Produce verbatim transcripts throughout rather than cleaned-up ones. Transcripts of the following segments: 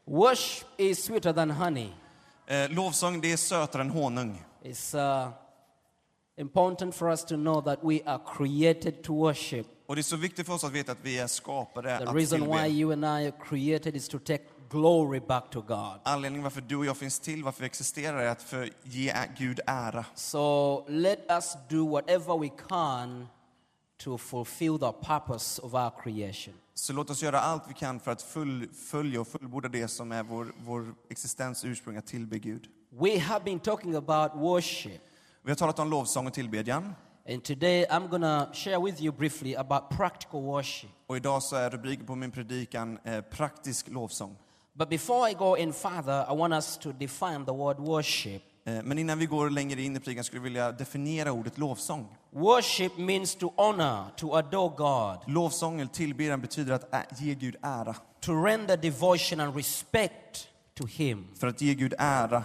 Worship is sweeter than honey. Eh, lovsång, det är sötare än honung. It's uh, important for us to know that we are created to worship. Och det är så viktigt för oss att veta att vi är skapade The att reason why tillbe. you and I are created is to take glory back to God. Anledningen varför du och jag finns till, varför vi existerar, är att för ge Gud ära. So let us do whatever we can to fulfill the purpose of our creation. Så låt oss göra allt vi kan för att fullfölja och fullborda det som är vår, vår existens ursprung, att tillbe Gud. We have been talking about worship. Vi har talat om lovsång och tillbedjan. And today I'm going to share with you briefly about practical worship. Och idag så är rubriken på min predikan eh, praktisk lovsång. But before I go in further, I want us to define the word worship. Eh, men innan vi går längre in i predikan skulle jag vilja definiera ordet lovsång. Worship means to honor, to adore God. Lovsång eller tillbedjan betyder att ä- ge Gud ära. To render devotion and respect to Him. För att ge Gud ära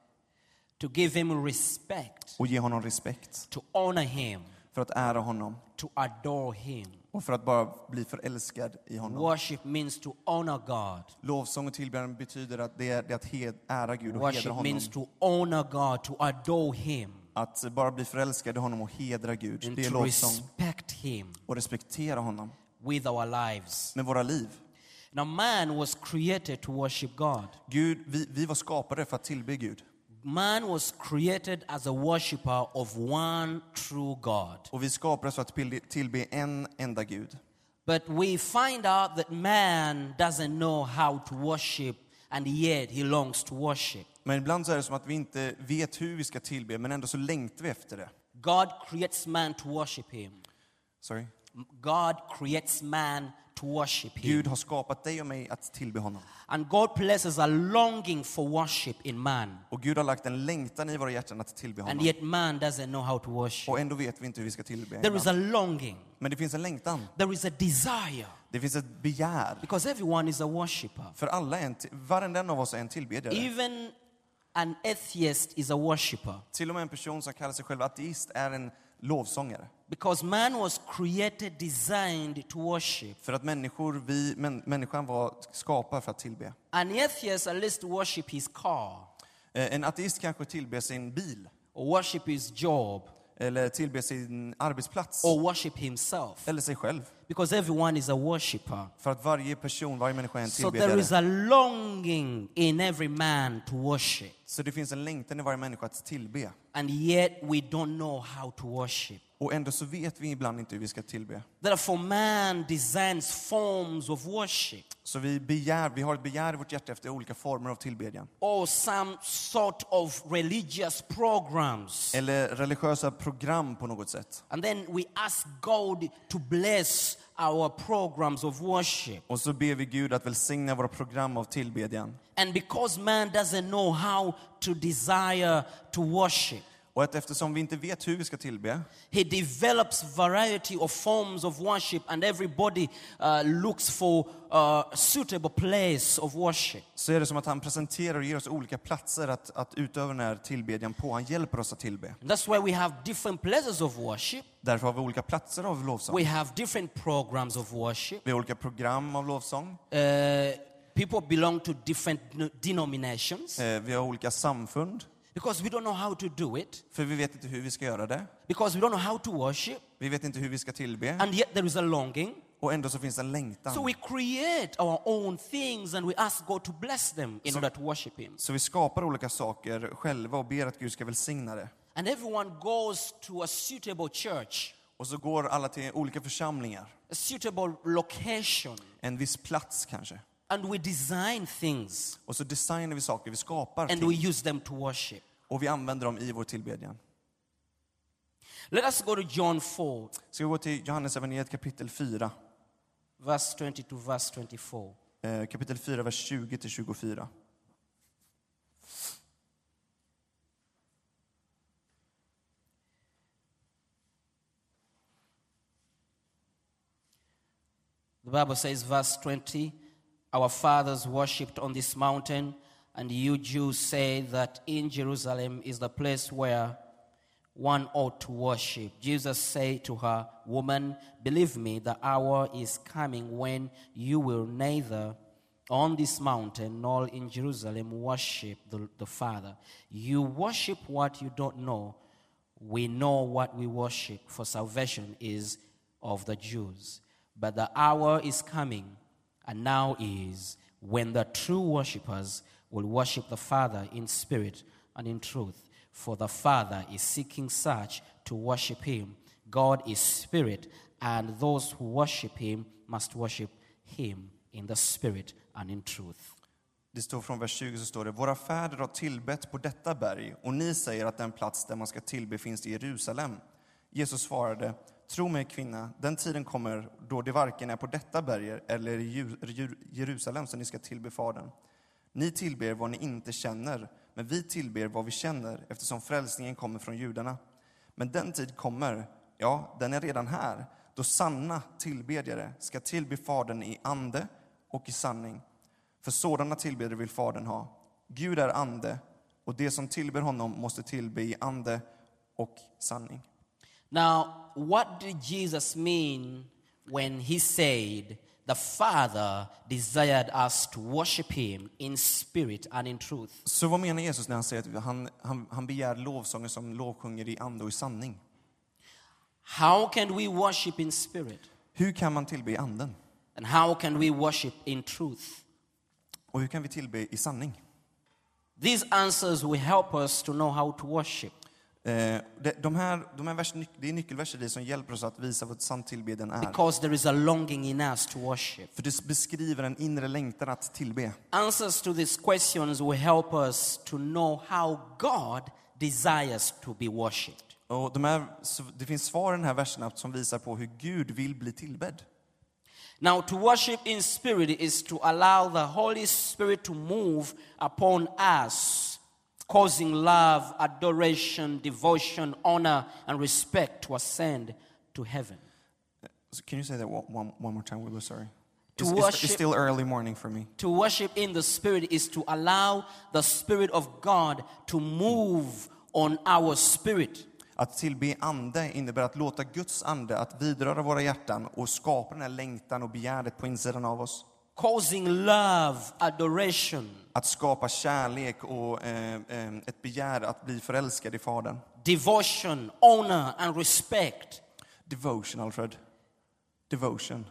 To give Him respect. och ge honom respekt. To honor Him. För att ära honom. To adore Him. Och för att bara bli förälskad i honom. Worship means to honor God. Lovsång och tillbedjan betyder att det är, det är att hed, ära Gud och hedra Worship honom. means to honor God, to adore Him. Att bara bli förälskad i honom och hedra Gud. And Det är to lovsång. respect Him Och respektera honom with our lives. med våra liv. Now man was created to worship God. Gud, vi, vi var skapade för att tillbe Gud. Man was created as a worshipper of one true God. Och vi skapades för att tillbe, tillbe en enda Gud. But we find out that man doesn't know how to worship, and yet he longs to worship. Men ibland så är det som att vi inte vet hur vi ska tillbe, men ändå så längtar vi efter det. God creates man to worship him. Sorry. God creates man to worship him. Gud har skapat dig och mig att tillbe honom. And God places a longing for worship in man. Och Gud har lagt en längtan i våra hjärtan att tillbe And honom. yet man doesn't know how to worship. Och ändå vet vi inte hur vi ska tillbe. There is a ibland. longing. Men det finns en längtan. There is a desire. Det finns ett begär. Because everyone is a worshipper. För alla är en, varenda en av oss är en tillbedjare. Even an atheist is a worshipper. Till och med en person som kallar sig själv ateist är en lovsångare. Because man was created, designed to worship. För att människor, vi, män, människan var skapad för att tillbe. An atheist at least worship his car, Eh, En ateist kanske tillber sin bil. or worship his job, Eller tillber sin arbetsplats. or worship himself. Eller sig själv. Because everyone is a worshipper. För att varje person, varje människa är en So there tillbedjare. is a longing in every man to worship. Så det finns en längtan i varje människa att tillbe. And yet we don't know how to worship. Och ändå så vet vi ibland inte hur vi ska tillbe. Therefore man designs forms of worship, Så vi begär, vi har ett begär i vårt hjärta efter olika former av tillbedjan. or some sort of religious programs. Eller religiösa program på något sätt. And then we ask God to bless our programs of worship. Och så ber vi Gud att välsigna våra program av tillbedjan. And because man doesn't know how to desire to worship, Och att eftersom vi inte vet hur vi ska tillbe, he develops variety of forms of worship, and everybody uh, looks for a suitable place of worship. så är det som att han presenterar och ger oss olika platser att, att utöva den här tillbedjan på. Han hjälper oss att tillbe. And that's why we have different places of worship. Därför har vi olika platser av lovsång. We have different programs of worship. Vi har olika program av lovsång. Uh, people belong to different n- denominations Eh, Vi har olika samfund. because we don't know how to do it, För vi vet inte hur vi ska göra det. because we don't know how to worship, Vi vet inte hur vi ska tillbe. and yet there is a longing. Och ändå så finns det en längtan. So we create our own things and we ask God to bless them in So- order to worship Him. Så vi skapar olika saker själva och ber att Gud ska välsigna det. And everyone goes to a suitable church, Och så går alla till olika församlingar. a suitable location, En viss plats kanske. and we design things Och så designar vi saker, vi skapar and ting. we use them to worship. Och vi använder dem i vår tillbedjan. Let us go to John four, Ska vi gå till Johannes evangeliet kapitel fyra. verse twenty to verse twenty-four. Eh, kapitel fyra, vers tjugo till tjugofyra. The Bible says, verse twenty, our fathers worshipped on this mountain, and you Jews say that in Jerusalem is the place where one ought to worship. Jesus said to her, Woman, believe me, the hour is coming when you will neither on this mountain nor in Jerusalem worship the, the Father. You worship what you don't know. We know what we worship, for salvation is of the Jews. But the hour is coming, and now is, when the true worshippers will worship the Father in spirit and in truth. For the Father is seeking such to worship him. God is spirit, and those who worship him must worship him in the spirit and in truth. Det står från vers tjugo så står det: Våra fäder har tillbett på detta berg, och ni säger att den plats där man ska tillbe finns i Jerusalem. Jesus svarade: Tro mig, kvinna, den tiden kommer då det varken är på detta berg eller i Jerusalem som ni ska tillbe Fadern. Ni tillber vad ni inte känner, men vi tillber vad vi känner, eftersom frälsningen kommer från judarna. Men den tid kommer, ja, den är redan här, då sanna tillbedjare ska tillbe Fadern i ande och i sanning. För sådana tillbedjare vill Fadern ha. Gud är ande, och det som tillber honom måste tillbe i ande och sanning. Now, what did Jesus mean when he said the Father desired us to worship him in spirit and in truth? Så vad menar Jesus när han säger att han, han, han begär lovsånger som lovsjunger i ande och i sanning? How can we worship in spirit? Hur kan man tillbe i anden? And how can we worship in truth? Och hur kan vi tillbe i sanning? These answers will help us to know how to worship. Eh, de, de här, de här vers, det är nyckelverser som hjälper oss att visa vad sant tillbedjan är. Because there is a longing in us to worship. För det beskriver en inre längtan att tillbe. Answers to these questions will help us to know how God desires to be worshipped. Och de här, det finns svar i den här versen som visar på hur Gud vill bli tillbedd. Now, to worship in spirit is to allow the Holy Spirit to move upon us, causing love, adoration, devotion, honor, and respect to ascend to heaven. So can you say that one, one, one more time? We're sorry. To It's, worship, it's, it's still early morning for me. To worship in the Spirit is to allow the Spirit of God to move on our spirit. Att tillbe ande innebär att låta Guds ande att vidröra våra hjärtan och skapa den här längtan och begäret på insidan av oss. Causing love, adoration. Att skapa kärlek och eh, eh, ett begär att bli förälskad i Fadern. Devotion, honor and respect. Devotion, Alfred. Devotion.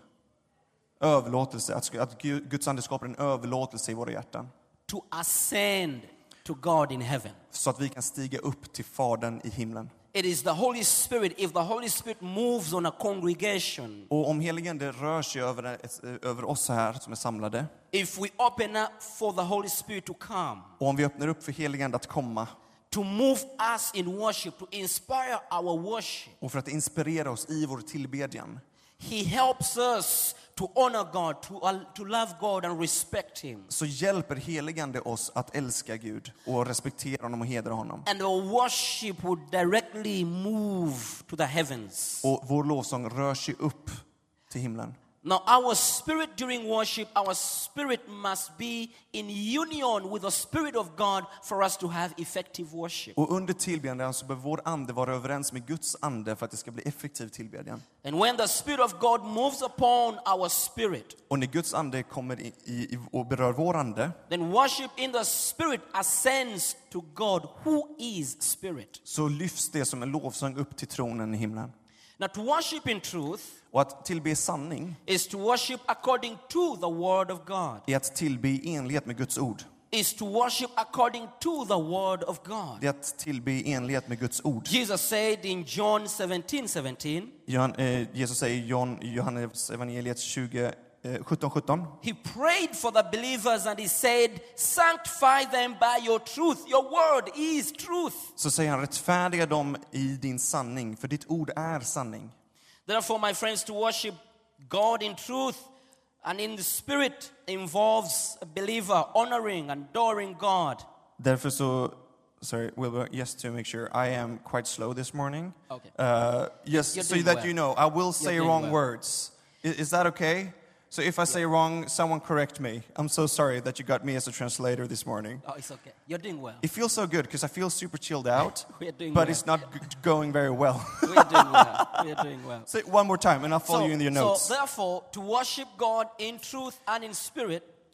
Överlåtelse. Att, att Guds ande skapar en överlåtelse i våra hjärtan. To ascend to God in heaven. Så att vi kan stiga upp till Fadern i himlen. It is the Holy Spirit. If the Holy Spirit moves on a congregation, Och om heligande rör sig över, över oss här som är samlade, if we open up for the Holy Spirit to come, och om vi öppnar upp för heligande att komma, to move us in worship, to inspire our worship, och för att inspirera oss i vår tillbedjan, he helps us to honor God, to, uh, to love God and respect him. så hjälper heligande oss att älska Gud och respektera honom och hedra honom. And our worship will directly move to the heavens. Och vår lovsång rör sig upp till himlen. Now, our spirit during worship, our spirit must be in union with the Spirit of God for us to have effective worship. Och under tillbedjan så behöver vår ande vara överens med Guds ande för att det ska bli effektiv tillbedjan. And when the Spirit of God moves upon our spirit, Och när Guds ande kommer i, i, och berör vår ande, then worship in the Spirit ascends to God, who is Spirit. så lyfts det som en lovsång upp till tronen i himlen. Now, to worship in truth Och att tillbe sanning is to worship according to the Word of God. är att tillbe i enlighet med Guds ord. Is to worship according to the Word of God. Det är att tillbe i enlighet med Guds ord. Jesus said in John seventeen seventeen, Johan, eh, Jesus säger i John, Johannes evangeliet tjugo, eh, sjutton sjutton. he prayed for the believers and he said, sanctify them by your truth. Your word is truth. Så säger han, rättfärdiga dem i din sanning, för ditt ord är sanning. Therefore, my friends, to worship God in truth and in the Spirit involves a believer honoring and adoring God. Därför så, sorry, Wilbur, just to make sure, I am quite slow this morning. Okay. Uh, yes, You're so doing that well. you know, I will say doing wrong well. words. Is, is that okay? So if I say wrong, someone correct me. I'm so sorry that you got me as a translator this morning. Oh, it's okay. You're doing well. It feels so good because I feel super chilled out, We're doing but well. it's not g- going very well. We're doing well. We're doing well. Say it one more time and I'll follow So, you in your so notes. therefore, to worship God in truth and in spirit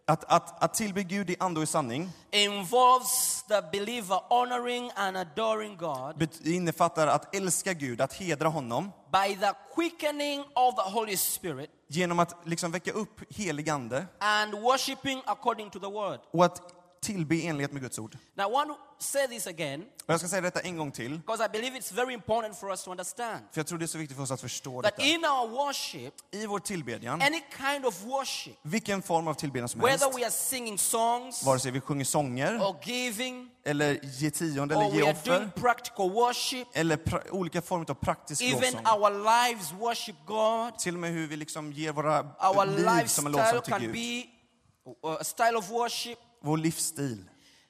Att, att, att tillbe Gud i ande och i sanning involves the believer honoring and adoring God bet- innefattar att älska Gud, att hedra honom by the quickening of the Holy Spirit genom att liksom väcka upp helig ande and worshiping according to the word. och att tillbe i enlighet med Guds ord. Now I want to say this again Och jag ska säga detta en gång till, because I believe it's very important for us to understand för jag tror det är så viktigt för oss att förstå that detta. in our worship, I vår tillbedjan, any kind of worship, vilken form av tillbedjan som helst, whether we are singing songs vare sig vi sjunger sånger or giving eller ge tionde or eller ge we are doing offer practical worship, eller pra- olika former av praktisk even lovsång. our lives worship God. Till och med hur vi liksom ger våra Our liv som en lifestyle lovsång till can Gud. be a style of worship. Vår livsstil.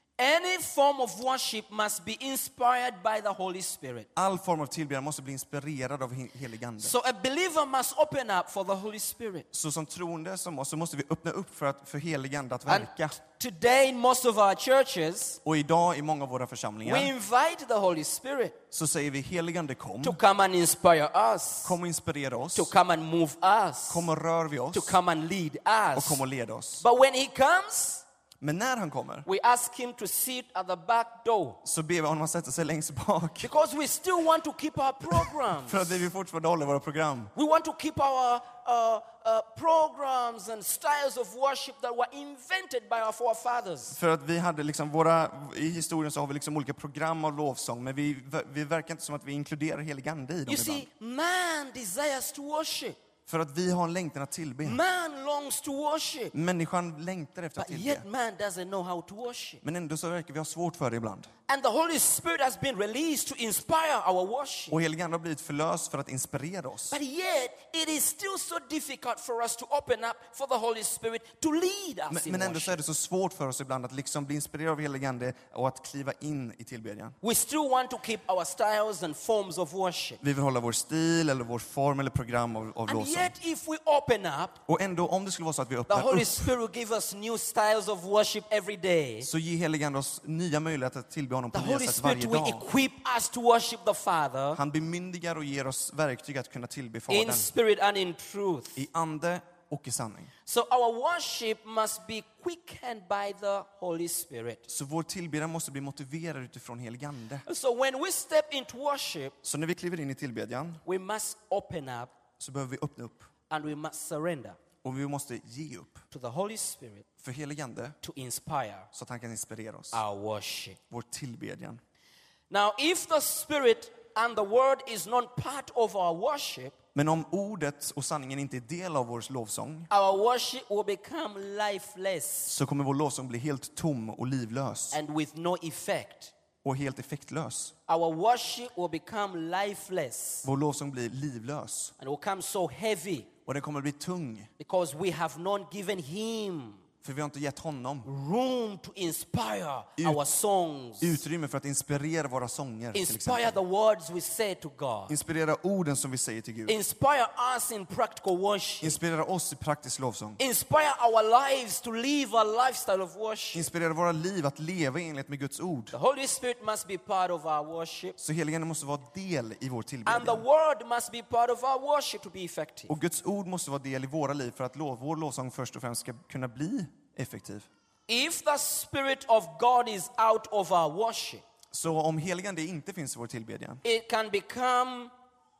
Any form of worship must be inspired by the Holy Spirit. All form av tillbedjan måste bli inspirerad av he- helig ande. So a believer must open up for the Holy Spirit. Så som troende som oss så måste vi öppna upp för, att, för helig ande att And verka. today in most of our churches, Och idag i många av våra we församlingar invite the Holy Spirit så säger vi helig ande kom. to come and inspire us, Kom och inspirera oss. to come and move us, Kom och rör vid to oss. come and lead Och us. kom och led oss. But when he comes, Men när han kommer we ask him to sit at the back door så ber vi honom att sätta sig längst bak. because we still want to keep our programs. För att vi vill fortfarande hålla våra program. We want to keep our uh, uh, programs and styles of worship that were invented by our forefathers. För att vi hade liksom våra, i historien så har vi liksom olika program av lovsång, men vi, vi verkar inte som att vi inkluderar helig ande i dem You ibland. see, man desires to worship. För att vi har en längtan att tillbe. Man longs to worship. Människan längtar efter att But tillbe. yet man doesn't know how to worship. Men ändå så verkar vi ha svårt för det ibland. And the Holy Spirit has been released to inspire our worship. Och helig ande har blivit förlöst för att inspirera oss. But yet it is still so difficult for us to open up for the Holy Spirit to lead us Men, in men ändå så worship. är det så svårt för oss ibland att liksom bli inspirerade av helig ande och att kliva in i tillbedjan. We still want to keep our styles and forms of worship. Vi vill hålla vår stil eller vår form eller program av, av And lovsång. yet if we open up, Och ändå om det skulle vara så att vi the öppnar Holy upp Spirit will give us new styles of worship every day. så ger helig ande oss nya möjligheter att tillbe honom The på nya Holy sätt Spirit varje will dag. equip us to worship the Father Han bemyndigar och ger oss verktyg att kunna tillbe in Fadern spirit and in truth. i ande och i sanning. So our worship must be quickened by the Holy Spirit. Så vår tillbedjan måste bli motiverad utifrån helig ande. So when we step into worship, Så när vi kliver in i tillbedjan we must open up så behöver vi öppna upp and we must surrender och vi måste ge upp to the Holy Spirit för helig ande to inspire så att han kan inspirera oss. our worship. Vår tillbedjan. Now, if the Spirit and the Word is not part of our worship, Men om ordet och sanningen inte är del av vår lovsång our worship will become lifeless så kommer vår lovsång bli helt tom och livlös and with no effect. och helt effektlös. Our worship will become lifeless Vår lovsång blir livlös and will become so heavy och den kommer bli tung because we have not given Him för vi har inte gett honom room to inspire Ut- our songs, utrymme för att inspirera våra sånger till inspire exempel. the words we say to God, Inspirera orden som vi säger till Gud. inspire us in practical worship, Inspirera oss i praktisk lovsång. inspire our lives to live a lifestyle of worship. Inspirera våra liv att leva i enlighet med Guds ord. The Holy Spirit must be part of our worship, Så helig ande måste vara del i vår and the tillbedjan. Word must be part of our worship to be effective. Och Guds ord måste vara del i våra liv för att lov, vår lovsång först och främst ska kunna bli effektiv. If the Spirit of God is out of our worship, Så om helig ande inte finns i vår tillbedjan it can become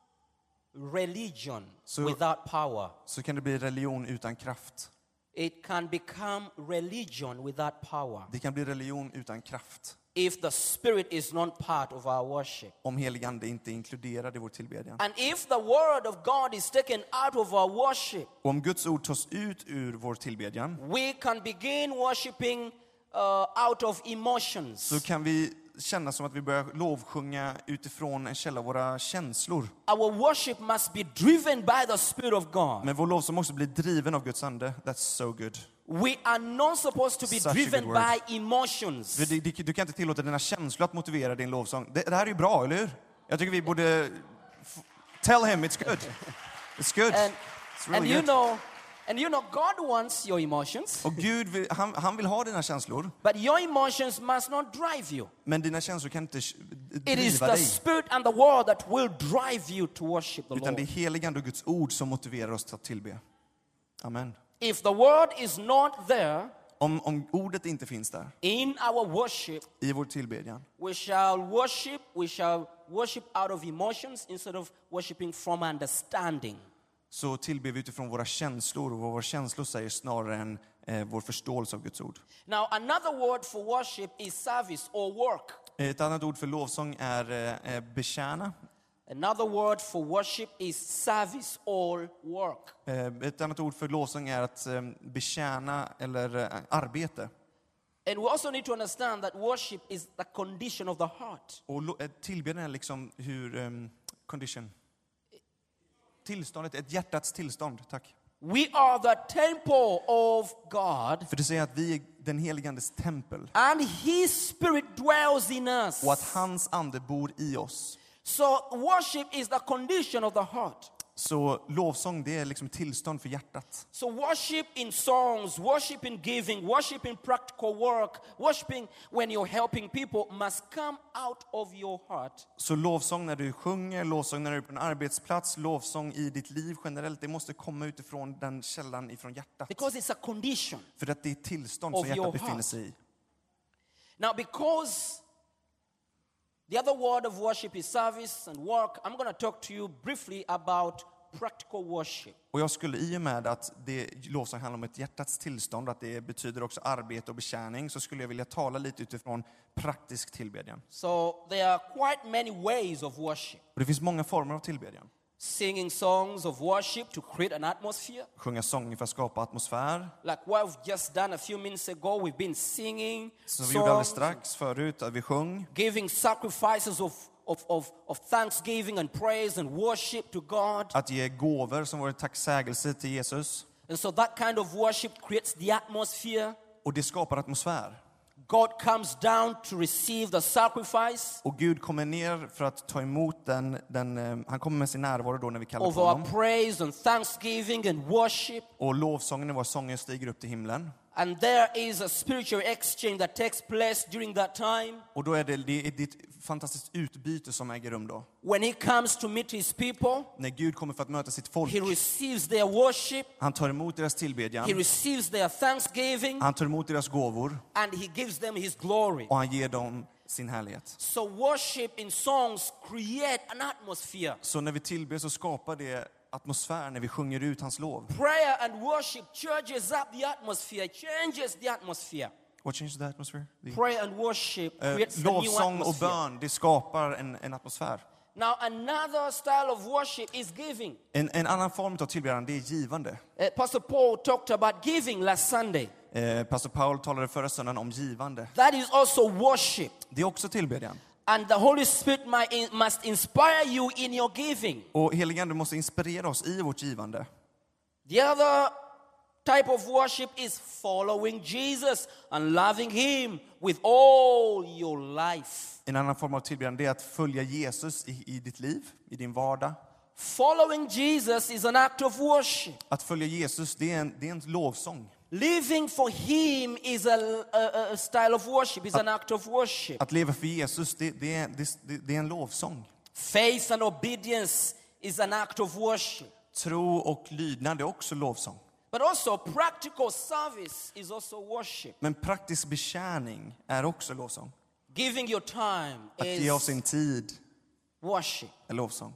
religion So- without power. så kan det bli religion utan kraft. It can become religion without power Det kan bli religion utan kraft if the Spirit is not part of our worship. om helig ande inte är inkluderad i vår tillbedjan. And if the Word of God is taken out of our worship, Och om Guds ord tas ut ur vår tillbedjan we can begin worshiping uh, out of emotions. så kan vi känna som att vi börjar lovsjunga utifrån en källa av våra känslor. Our worship must be driven by the Spirit of God. Men vår lovsång måste bli driven av Guds ande. That's so good. We are not supposed to be Such a driven good word. by emotions. För det- det- Du kan inte tillåta dina känslor att motivera din lovsång. Det, det här är ju bra, eller hur? Jag tycker vi borde... f- Tell him it's good. It's good. And, It's really and you good. know, and you know, God wants your emotions, Och Gud vill, han, han vill ha dina känslor, but your emotions must not drive you. men dina känslor kan inte sh- It is driva the dig. Spirit and the Word that will drive you to worship the Utan det är Lord. heligande och Guds ord som motiverar oss till att tillbe. Amen. If the Word is not there, Om, om ordet inte finns där, in our worship, i vår tillbedjan, we shall worship, we shall worship out of emotions instead of worshiping from understanding. så tillber vi utifrån våra känslor och vad våra känslor säger snarare än eh, vår förståelse av Guds ord. Now, another word for worship is service or work. Ett annat ord för lovsång är eh, eh, betjäna. Another word for worship is service or work. Eh, ett annat ord för lovsång är att eh, betjäna eller eh, arbete. And we also need to understand that worship is the condition of the heart. Och lo- eh, tillbedjan är liksom hur, um, condition, tillståndet, ett hjärtats tillstånd, tack. We are the temple of God, För det säger att vi är den heligandes tempel and His Spirit dwells in us. och att hans ande bor i oss. So worship is the condition of the heart. Så lovsång, det är liksom tillstånd för hjärtat. So worship in songs, worship in giving, worship in practical work, worshiping when you're helping people must come out of your heart. Så lovsång när du sjunger, lovsång när du är på en arbetsplats, lovsång i ditt liv generellt, det måste komma utifrån den källan ifrån hjärtat. Because it's a condition. För att det är ett tillstånd Of som hjärtat your befinner heart. sig i. Now, because the other word of worship is service and work, I'm going to talk to you briefly about practical worship. Och jag skulle i och med att det lovsång handlar om ett hjärtats tillstånd, att det betyder också arbete och betjäning, så skulle jag vilja tala lite utifrån praktisk tillbedjan. So there are quite many ways of worship. Och det finns många former av tillbedjan. Singing songs of worship to create an atmosphere. Sjunga sånger för att skapa atmosfär. Like what we've just done a few minutes ago, we've been singing Som vi gjorde alldeles songs, strax förut, att vi sjöng. giving sacrifices of, of, of, of thanksgiving and praise and worship to God. Att ge gåvor som vår tacksägelse till Jesus. And so that kind of worship creates the atmosphere. Och det skapar atmosfär. God comes down to receive the sacrifice Och Gud kommer ner för att ta emot den, den eh, han kommer med sin närvaro då när vi kallar of på our honom. praise and thanksgiving and worship. Och lovsången i vår sånger stiger upp till himlen. And there is a spiritual exchange that takes place during that time. Och då är det, det är ett fantastiskt utbyte som äger rum då. When he comes to meet his people, När Gud kommer för att möta sitt folk. he receives their worship, Han tar emot deras he tillbedjan. receives their thanksgiving, Han tar emot deras gåvor. and he gives them his glory. Och han ger dem sin härlighet. So worship in songs create an atmosphere. Så när vi tillber så skapar det atmosfär när vi sjunger ut hans lov. Prayer and worship charges up the atmosphere, changes the atmosphere. What changes the atmosphere? The, Prayer and worship eh, creates a new lovsång och atmosphere. bön, det skapar en, en atmosfär. Now another style of worship is giving. En, en annan form av tillbedjan, det är givande. Uh, Pastor Paul talked about giving last Sunday. Eh, Pastor Paul talade förra söndagen om givande. That is also worship. Det är också tillbedjan. And the Holy Spirit might in- must inspire you in your giving. Och helige Ande måste inspirera oss i vårt givande. The other type of worship is following Jesus and loving him with all your life. En annan form av tillbedjan, det är att följa Jesus i, i ditt liv, i din vardag. Following Jesus is an act of worship. Att följa Jesus, det är en, det är en lovsång. Living for him is a, a, a style of worship, is an act of worship. Att leva för Jesus, det, det, är, det, det är en lovsång. Faith and obedience is an act of worship. Tro och lydnad är också lovsång. But also practical service is also worship. Men praktisk betjäning är också lovsång. Giving your time Att ge av is sin tid worship. är lovsång.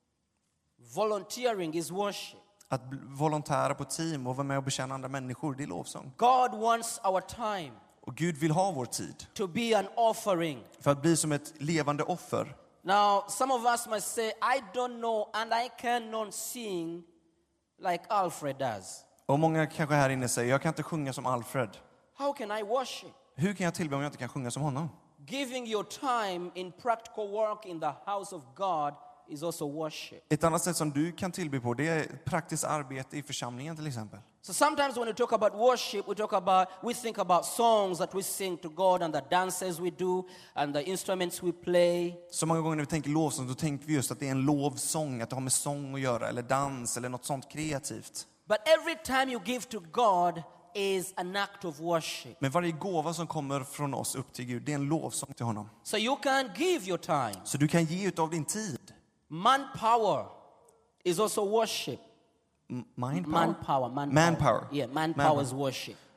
Volunteering is worship. Att bl- volontära på team och vara med och betjäna andra människor, det är lovsång. God wants our time Och Gud vill ha vår tid to be an offering. för att bli som ett levande offer. Now, some of us might say, I don't know and I cannot sing like Alfred does. Och många kanske här inne säger, jag kan inte sjunga som Alfred. How can I worship? Hur kan jag tillbe om jag inte kan sjunga som honom? Giving your time in practical work in the house of God is also worship. Ett annat sätt som du kan tillbe på, det är praktiskt arbete i församlingen till exempel. So sometimes when we talk about worship, we talk about, we think about songs that we sing to God and the dances we do and the instruments we play. Så många gånger när vi tänker lovsång, då tänker vi just att det är en lovsång, att det har med sång att göra, eller dans, eller något sånt kreativt. But every time you give to God is an act of worship. Men varje gåva som kommer från oss upp till Gud, det är en lovsång till honom. So you can give your time. Så du kan ge utav din tid. Manpower is also worship. M- Mind power? Manpower, manpower. Manpower. Yeah, manpower Manpower. is worship.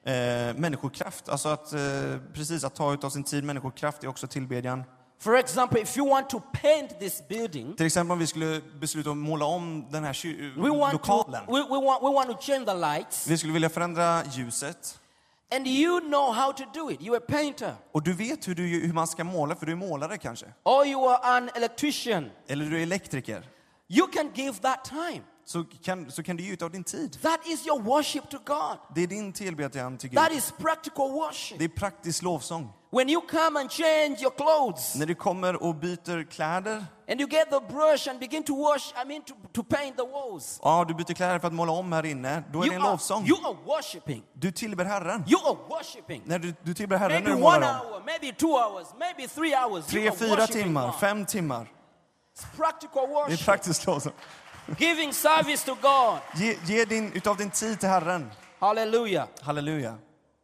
Eh, människokraft, alltså att eh, precis att ta ut av sin tid människokraft är också tillbedjan. For example, if you want to paint this building, Till exempel om vi skulle besluta att måla om den här ky- we want to lokalen. we, we want we want to change the lights, Vi skulle vilja förändra ljuset. and you know how to do it. You're a painter, Och du vet hur, du, hur man ska måla, för du är målare kanske. or you are an electrician. Eller du är elektriker. You can give that time. Så kan, så kan du ge ut av din tid. That is your worship to God. Det är din tillbedjan till Gud. That is practical worship. Det är praktisk lovsång. When you come and change your clothes, När du kommer och byter kläder. and you get the brush and begin to wash, I mean to, to paint the walls, Ja, du byter kläder för att måla om här inne. Då är det you en are, lovsång. you are worshiping. Du tillber Herren. You are worshiping. När du, du tillber Herren när Maybe du one målar om. hour, maybe two hours, maybe three hours. You Tre, are fyra worshiping timmar, God. fem timmar. It's practical Det är worship. praktisk lovsång. Giving service to God. Ge, ge din, utav din tid till Herren. Hallelujah. Halleluja.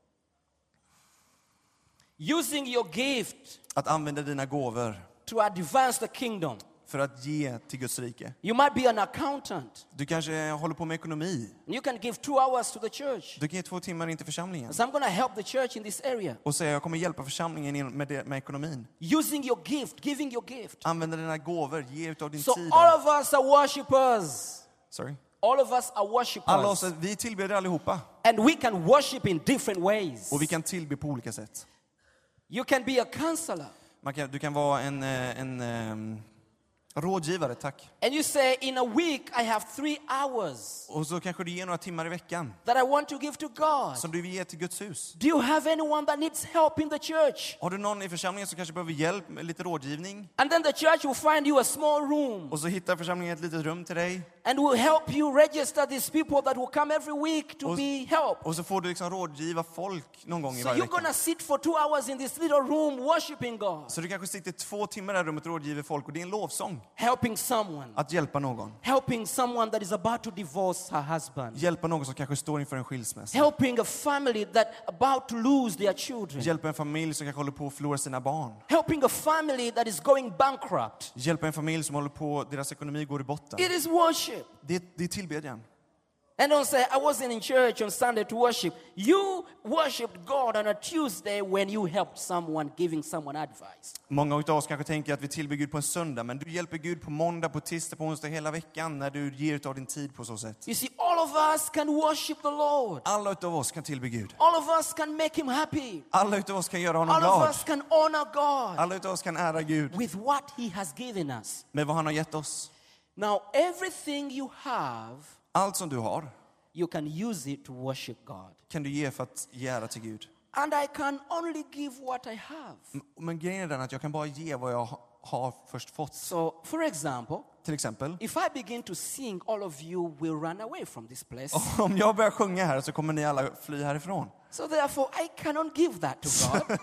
Using your gift Att använda dina gåvor to advance the kingdom. för att ge till Guds rike. You might be an accountant. Du kanske håller på med ekonomi. And you can give two hours to the church. Du kan ge två timmar in till församlingen. So I'm going to help the church in this area. Och säga jag kommer hjälpa församlingen in med, det, med ekonomin. Using your gift, giving your gift. Använda dina gåvor, ge utav din So tid. all of us are worshippers. Sorry. All of us are Alla oss, worshippers. vi tillber allihopa. And we can worship in different ways. Och vi kan tillbe på olika sätt. You can be a counselor. Man kan, du kan vara en, eh, en, en rådgivare, tack. And you say, in a week I have three hours Och så kanske du ger några timmar i veckan that I want to give to God. som du vill ge till Guds hus. Do you have anyone that needs help in the church? Har du någon i församlingen som kanske behöver hjälp med lite rådgivning? And then the church will find you a small room Och så hittar församlingen ett litet rum till dig. and will help you register these people that will come every week to Och- be helped. Och så får du liksom rådgiva folk någon gång i So varje you're going vecka. to sit for two hours in this little room worshiping God, Så du kanske sitter två timmar i det här rummet och rådgiver folk och det är en lovsång. helping someone, Att hjälpa någon. helping someone that is about to divorce her husband, Hjälpa någon som kanske står inför en skilsmässa. helping a family that about to lose their children, Hjälpa en familj som kanske håller på att förlora sina barn. helping a family that is going bankrupt. Hjälpa en familj som håller på, deras ekonomi går i botten. It is worship. Det, det är tillbedjan. And don't say, I wasn't in church on Sunday to worship. You worshiped God on a Tuesday when you helped someone, giving someone advice. Många av oss kanske tänker att vi tillber Gud på en söndag, men du hjälper Gud på måndag, på tisdag, på onsdag, hela veckan när du ger utav din tid på så sätt. You see, all of us can worship the Lord. Alla utav oss kan tillbe Gud. All of us can make him happy. Alla utav oss kan göra honom All of glad. us can honor God Alla utav oss kan ära Gud with what he has given us. med vad han har gett oss. Now, everything you have, Allt som du har you can use it to worship God. kan du ge för att ge ära till Gud. And I can only give what I have. M- Men grejen är den att jag kan bara ge vad jag ha- har först fått. So, for example, Till exempel, if I begin to sing, all of you will run away from this place. om jag börjar sjunga här så kommer ni alla fly härifrån. So therefore, I cannot give that to God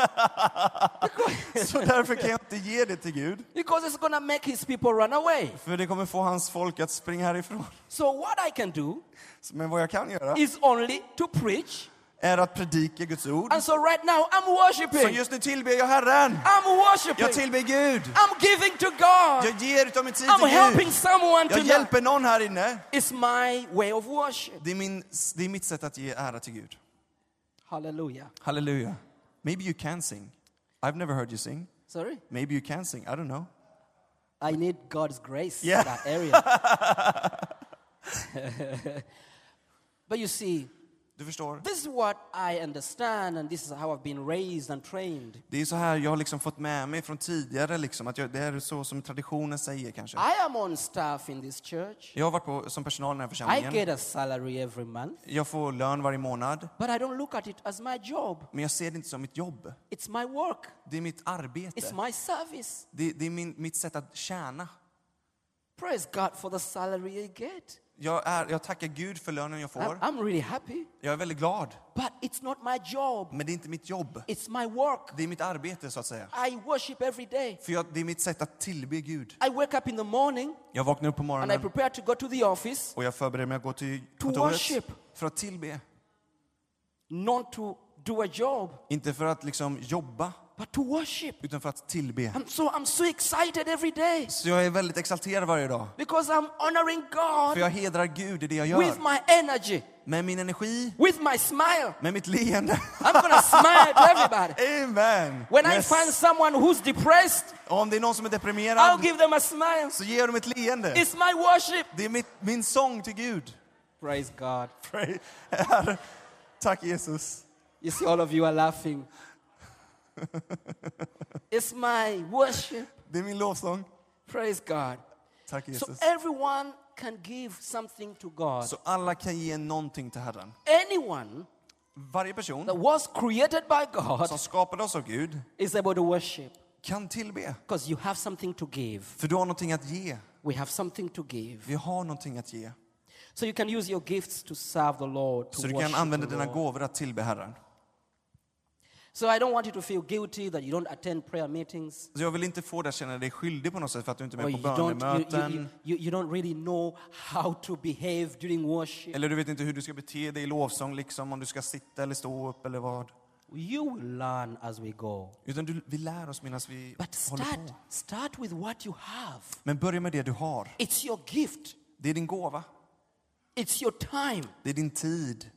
Så därför kan jag inte ge det till Gud. because it's going to make his people run away. För det kommer få hans folk att springa härifrån. So what I can do Men vad jag kan göra is only to preach. är att predika Guds ord. And so right now, I'm Så worshiping. just nu tillber jag Herren. I'm worshiping. Jag tillber Gud. I'm giving to God. Jag ger utav min tid I'm till helping Gud. someone Jag tonight. hjälper någon här inne. It's my way of worship. Det är, min, det är mitt sätt att ge ära till Gud. Hallelujah. Halleluja. Maybe you can sing. I've never heard you sing. Sorry? Maybe you can sing. I don't know. I need God's grace Yeah. in that area. But you see, Du förstår? this is what I understand, and this is how I've been raised and trained. Det är så här jag har liksom fått med mig från tidigare. Liksom, att jag, det är så som traditionen säger kanske. I am on staff in this church. Jag har varit på, som personal i den här I församlingen. get a salary every month, Jag får lön varje månad. but I don't look at it as my job. Men jag ser det inte som mitt jobb. It's my work. Det är mitt arbete. It's my service. Det, det är min, mitt sätt att tjäna. Praise God for the salary I get. Jag, är, jag tackar Gud för lönen jag I'm, får. I'm really happy, Jag är väldigt glad. but it's not my job. Men det är inte mitt jobb. It's my work. Det är mitt arbete så att säga. I worship every day. För jag, det är mitt sätt att tillbe Gud. I wake up in the morning Jag vaknar upp på and I morgonen prepare to go to the office, och jag förbereder mig att gå till To kontoret worship. för att tillbe. not to do a job, Inte för att liksom jobba, but to worship. utan för att tillbe. I'm so, I'm so excited every day Så jag är väldigt exalterad varje dag. because I'm honoring För God jag hedrar Gud i det jag with gör. my energy, Med min energi, with my smile. med mitt leende. I'm going to smile to everybody. Amen! When Yes. I find someone who's depressed, Och om det är någon som är I'll deprimerad, give them a smile. så ger dem ett leende. It's my worship. Det är mitt, min sång till Gud. Praise God. Pray. Herre, tack Jesus. You see, all of you are laughing. It's my worship. Det är min lovsång. Praise God. Tack So Jesus. everyone can give something to God. Så alla kan ge någonting till Herren. Anyone Varje person that was created by God som skapade oss av Gud is able to worship kan tillbe. because you have something to give. För du har någonting att ge. We have something to give. Vi har någonting att ge. So you can use your gifts to serve the Lord, to Så du worship kan använda the dina Lord. gåvor att tillbe Herren. So I don't want you to feel guilty that you don't attend prayer meetings. Så jag vill inte få dig att känna dig skyldig på något sätt för att du inte är Or med you på don't, you, bönemöten. you, you, you don't really know how to behave during worship. Eller du vet inte hur du ska bete dig i lovsång, liksom om du ska sitta eller stå upp eller vad. You will learn as we go. Utan du, vi lär oss medan vi But håller start, på. start with what you have. Men börja med det du har. It's your gift. Det är din gåva. It's your time. Det är din tid.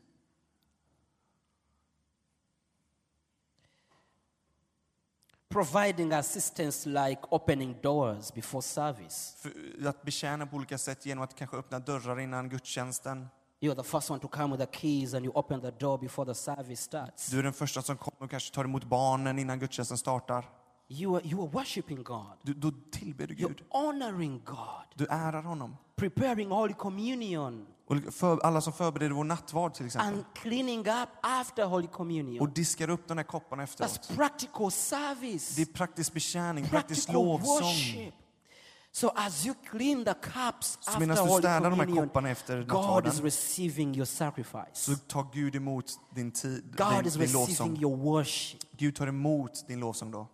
Providing assistance like opening doors before service. För att betjäna på olika sätt genom att kanske öppna dörrar innan gudstjänsten. You're the first one to come with the keys and you open the door before the service starts. Du är den första som kommer och kanske tar emot barnen innan gudstjänsten startar. You are, you are worshiping God. Du, då tillber du You're Gud. honoring God. Du ärar honom. Preparing Holy Communion Och för, alla som förbereder vår nattvard till exempel. and cleaning up after Holy Communion. Och diskar upp de här kopparna That's efteråt. practical service. Det är praktisk betjäning, praktisk Practical lovsång. worship. So as you clean the cups Så after medan du Holy städar de här Communion, kopparna efter God is nattvarden, receiving your sacrifice. så tar Gud emot din tid, God din, is din receiving lovsång. your worship. Gud tar emot din lovsång då.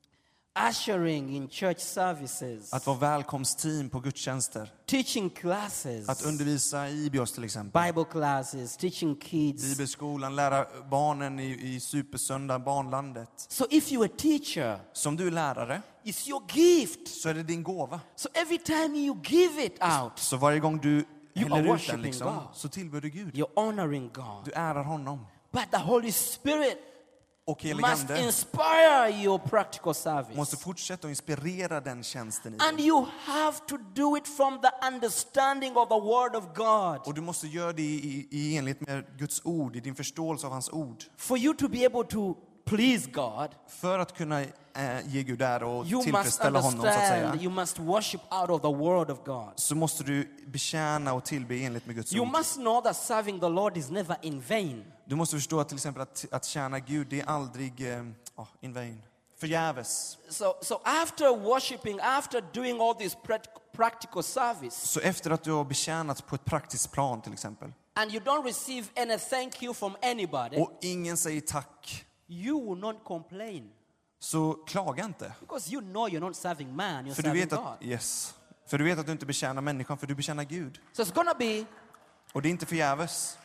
Ushering in church services. Att vara välkomstteam på gudstjänster. Teaching classes. Att undervisa i Ibios till exempel. Bible classes. Teaching kids. Bibelskolan, lära barnen i, i supersöndag, barnlandet. So if you're a teacher, Som du är lärare, it's your gift. så är det din gåva. So every time you give it out, Så varje gång du You are häller ut worshiping den liksom, God. så tillber du Gud. you're honoring God. Du ärar honom. But the Holy Spirit Och helig must ande inspire your practical måste service. fortsätta att inspirera den tjänsten i And dig. you have to do it from the understanding of the Word of God. Och du måste göra det i, i enlighet med Guds ord, i din förståelse av hans ord. For you to be able to please God, För att kunna eh, ge Gud ära och you must tillfredsställa honom så att understand, säga, you must worship out of the Word of God. så måste du betjäna och tillbe i enlighet med Guds You ord. must know that serving the Lord is never in vain. Du måste förstå att till exempel att, att tjäna Gud, det är aldrig eh, oh, in vain. Förgäves. So, so after worshiping, after doing all this prac- practical service, Så efter att du har betjänat på ett praktiskt plan till exempel, and you don't receive any thank you from anybody, och ingen säger tack, you will not complain. så klaga inte. Because you know you're not serving man, you're För du serving vet God. att, yes, för du vet att du inte betjänar människan, för du betjänar Gud. So it's gonna be, Och det är inte förgäves.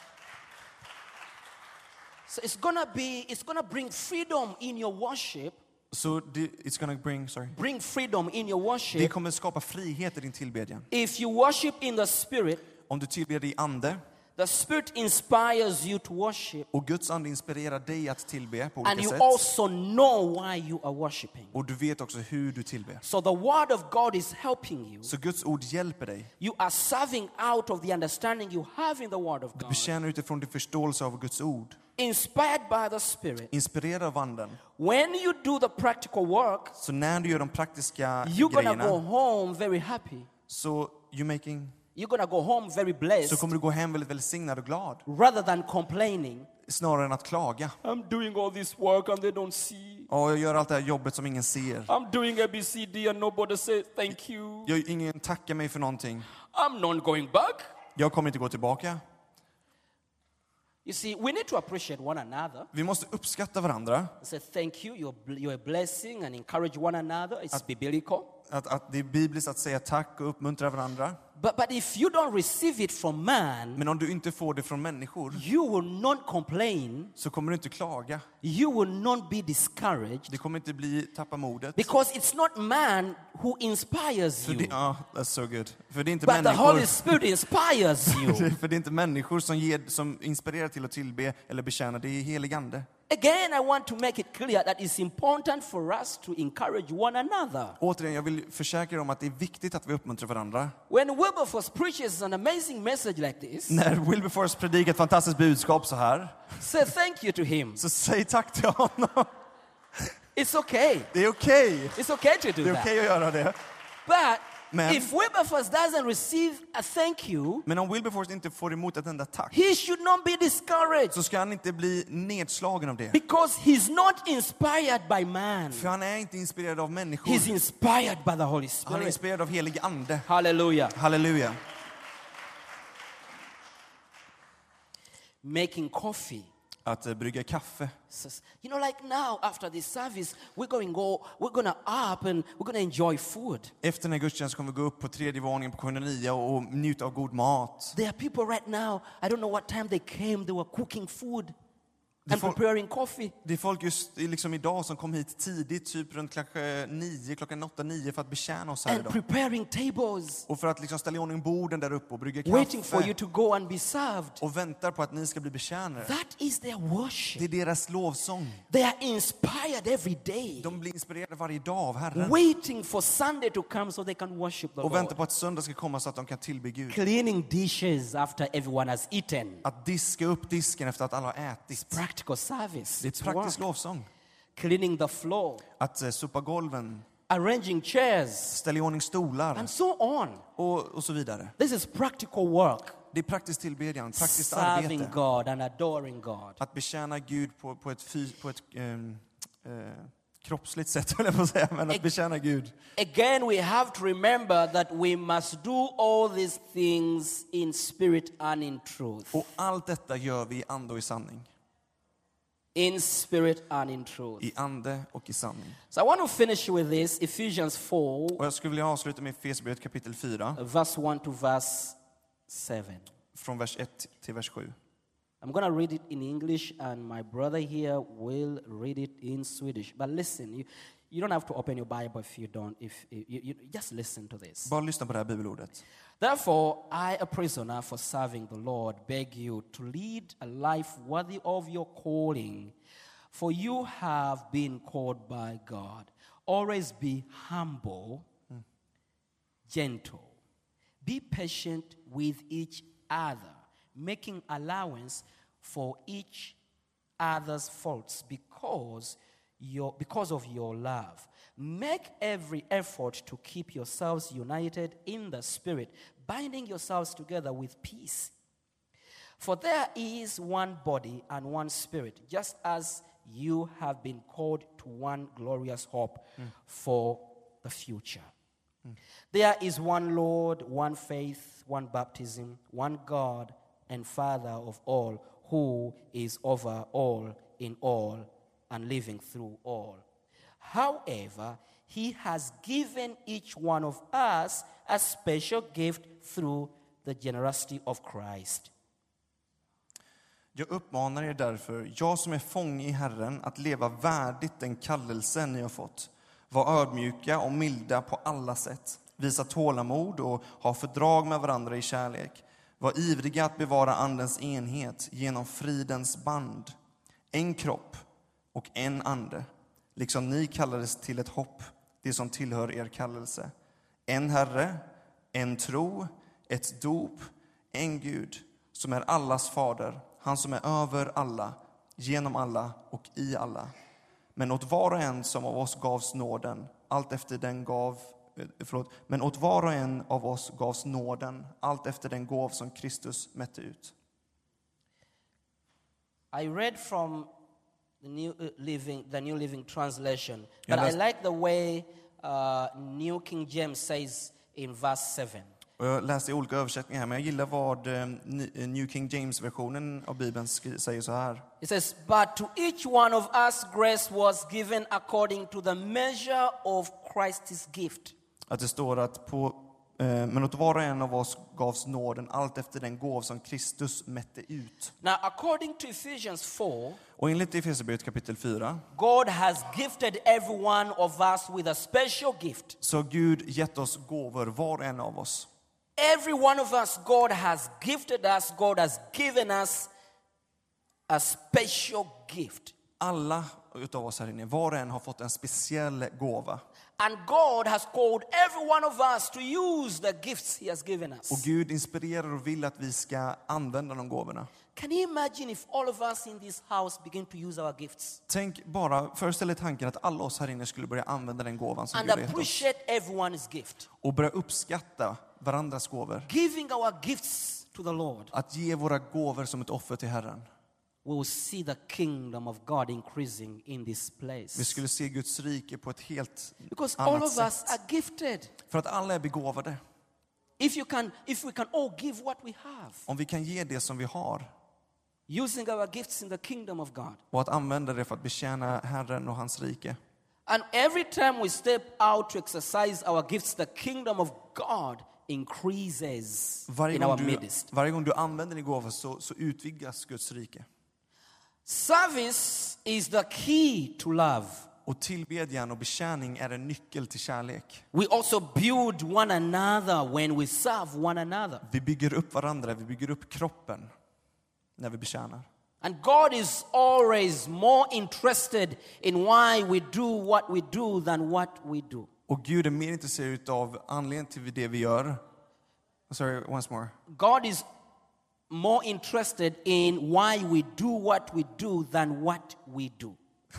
so it's gonna be, it's gonna bring freedom in your worship. Så det, it's gonna bring, sorry. Bring freedom in your Det worship. kommer skapa frihet i din tillbedjan. If you worship in the Spirit, Om du tillber i ande, the Spirit inspires you to worship, och Guds ande inspirerar dig att tillbe på and olika you sätt. also know why you are worshiping. Och du vet också hur du tillber. So the Word of God is helping you. Så Guds ord hjälper dig. You are serving out of the understanding you have in the Word of Du God, betjänar utifrån din förståelse av Guds ord. inspired by the Spirit. Inspirerad av anden. When you do the practical work, Så när du gör de praktiska you're gonna go grejerna, home very happy. så you making, You're gonna go home very så blessed, kommer du gå hem väldigt välsignad och glad. rather than complaining. Snarare än att klaga. I'm doing all this work and they don't see. Ja, jag gör allt det här jobbet som ingen ser. I'm doing A B C D and nobody says thank you. Jag, ingen tackar mig för någonting. I'm not going back. Jag kommer inte gå tillbaka. You see, we need to appreciate one another. Vi måste uppskatta varandra. Say thank you, you're, bl- you're a blessing, and encourage one another. It's biblical. Att, att det är bibliskt att säga tack och uppmuntra varandra. But, but if you don't receive it from man, Men om du inte får det från människor you will not complain. så kommer du inte klaga. You will not be discouraged. Det kommer inte bli tappa modet. Because it's not man who inspires För you, det, ja, that's so good. För det är inte but the människor. Holy Spirit inspires you. För det är inte människor som, ger, som inspirerar till att tillbe eller betjäna. Det är helig ande. Again, I want to make it clear that it's important for us to encourage one another. Återigen, jag vill försäkra er om att det är viktigt att vi uppmuntrar varandra. When Wilberforce preaches an amazing message like this, När Wilberforce predikar ett fantastiskt budskap så här, say thank you to him. så säg tack till honom. It's okay. Det är okej. It's okay to do Det är that. okej att göra det. But Men- if Wilberforce doesn't receive a thank you, Men om Wilberforce inte får emot ett enda tack he should not be discouraged så ska han inte bli nedslagen av det. because he's not inspired by man. För han är inte inspirerad av människor. He's inspired by the Holy Han är Spirit. inspirerad av helig ande. Hallelujah. Halleluja. Making coffee. Att eh, brygga kaffe. Says, you know, like now after this service, we're going to go, we're going to up and we're going to enjoy food. Efter den här gudstjänsten kommer vi gå upp på tredje våningen på Koinonia och njuta av god mat. There are people right now, I don't know what time they came, they were cooking food and folk- preparing coffee. Det är folk just liksom idag som kom hit tidigt, typ runt kanske nio, klockan åtta, nio för att betjäna oss här And idag. preparing tables, Och för att liksom ställa i ordning borden där uppe och brygga waiting for you kaffe. to go and be served. Och väntar på att ni ska bli betjänare. That is their worship. Det är deras lovsång. They are inspired every day, De blir inspirerade varje dag av Herren. waiting for Sunday to come so they can worship the Och väntar Lord. på att söndag ska komma så att de kan tillbe Gud. Cleaning dishes after everyone has eaten. Att diska upp disken efter att alla har ätit. Practical service. Det är It's praktisk work. lovsång. Cleaning the floor, Att eh, sopa golven, arranging chairs, ställa i ordning stolar and so on. och, och så vidare. This is practical work. Det är praktisk tillbedjan, praktiskt Serving arbete. God and adoring God. Att betjäna Gud på, på ett, fys, på ett ehm, eh, kroppsligt sätt, höll jag på att säga, men att betjäna Gud. Again, we have to remember that we must do all these things in spirit and in truth. Och allt detta gör vi i ande och i sanning. In spirit and in truth. I ande och i sanning. So I want to finish with this, Ephesians four, Och jag skulle vilja avsluta med Efesierbrevet kapitel fyra, verse one to verse seven. från vers ett till vers sju. I'm going to read it in English, and my brother here will read it in Swedish. But listen, you, you don't have to open your Bible if you don't. If you, you just listen to this. Bara lyssna på det här bibelordet. Therefore, I, a prisoner for serving the Lord, beg you to lead a life worthy of your calling. For you have been called by God. Always be humble, gentle. Be patient with each other, making allowance for each other's faults because, your, because of your love. Make every effort to keep yourselves united in the Spirit, binding yourselves together with peace. For there is one body and one Spirit, just as you have been called to one glorious hope for the future. There is one Lord, one faith, one baptism, one God and Father of all, who is over all, in all, and living through all. However, he has given each one of us a special gift through the generosity of Christ. Jag uppmanar er därför, jag som är fånge i Herren, att leva värdigt den kallelse ni har fått. Var ödmjuka och milda på alla sätt. Visa tålamod och ha fördrag med varandra i kärlek. Var ivriga att bevara andens enhet genom fridens band. En kropp och en ande, liksom ni kallades till ett hopp, det som tillhör er kallelse. En Herre, en tro, ett dop, en Gud, som är allas fader, han som är över alla, genom alla och i alla. Men åt var och en som av oss gavs nåden, allt efter den gav, förlåt, men åt var och en av oss gavs nåden, allt efter den gåv som Kristus mätte ut. I read from the New uh, Living, the New Living Translation, Ja, but I läs- like the way uh, New King James says in verse seven. Och jag läste i olika översättningar här, men jag gillar vad eh, Ni- New King James-versionen av Bibeln skri- säger så här. It says, "But to each one of us grace was given according to the measure of Christ's gift." Att det står att på eh, men åt var och en av oss gavs nåden allt efter den gåv som Kristus mätte ut. Now, according to Ephesians four, Och enligt Efesierbrevet kapitel fyra God has gifted every one of us with a special gift. så har Gud gett oss gåvor, var och en av oss. Every one of us, God has gifted us. God has given us a special gift. Alla utav oss här inne, var och en har fått en speciell gåva. And God has called every one of us to use the gifts He has given us. Och Gud inspirerar och vill att vi ska använda de gåvorna. Can you imagine if all of us in this house begin to use our gifts Tänk bara, föreställ dig tanken att alla oss här inne skulle börja använda den gåvan som and Gud har gett oss. appreciate everyone's gift? Och börja uppskatta varandras gåvor. Giving our gifts to the Lord. Att ge våra gåvor som ett offer till Herren. We will see the kingdom of God increasing in this place. Vi skulle se Guds rike på ett helt Because all annat of us sätt. are gifted. För att alla är begåvade. If you can, if we can all give what we have, Om vi kan ge det som vi har using our gifts in the kingdom of God. och att använda det för att betjäna Herren och hans rike. And every time we step out to exercise our gifts, the kingdom of God increases Varje in our gång du, midst. varje gång du använder din gåva så, så utvidgas Guds rike. Service is the key to love. Och tillbedjan och betjäning är en nyckel till kärlek. We also build one another when we serve one another. Vi bygger upp varandra, vi bygger upp kroppen när vi betjänar. And God is always more interested in why we do what we do than what we do. Och Gud är mer intresserad av anledningen till det vi gör. Sorry, once more. God is more interested in why we do what we do than what we do.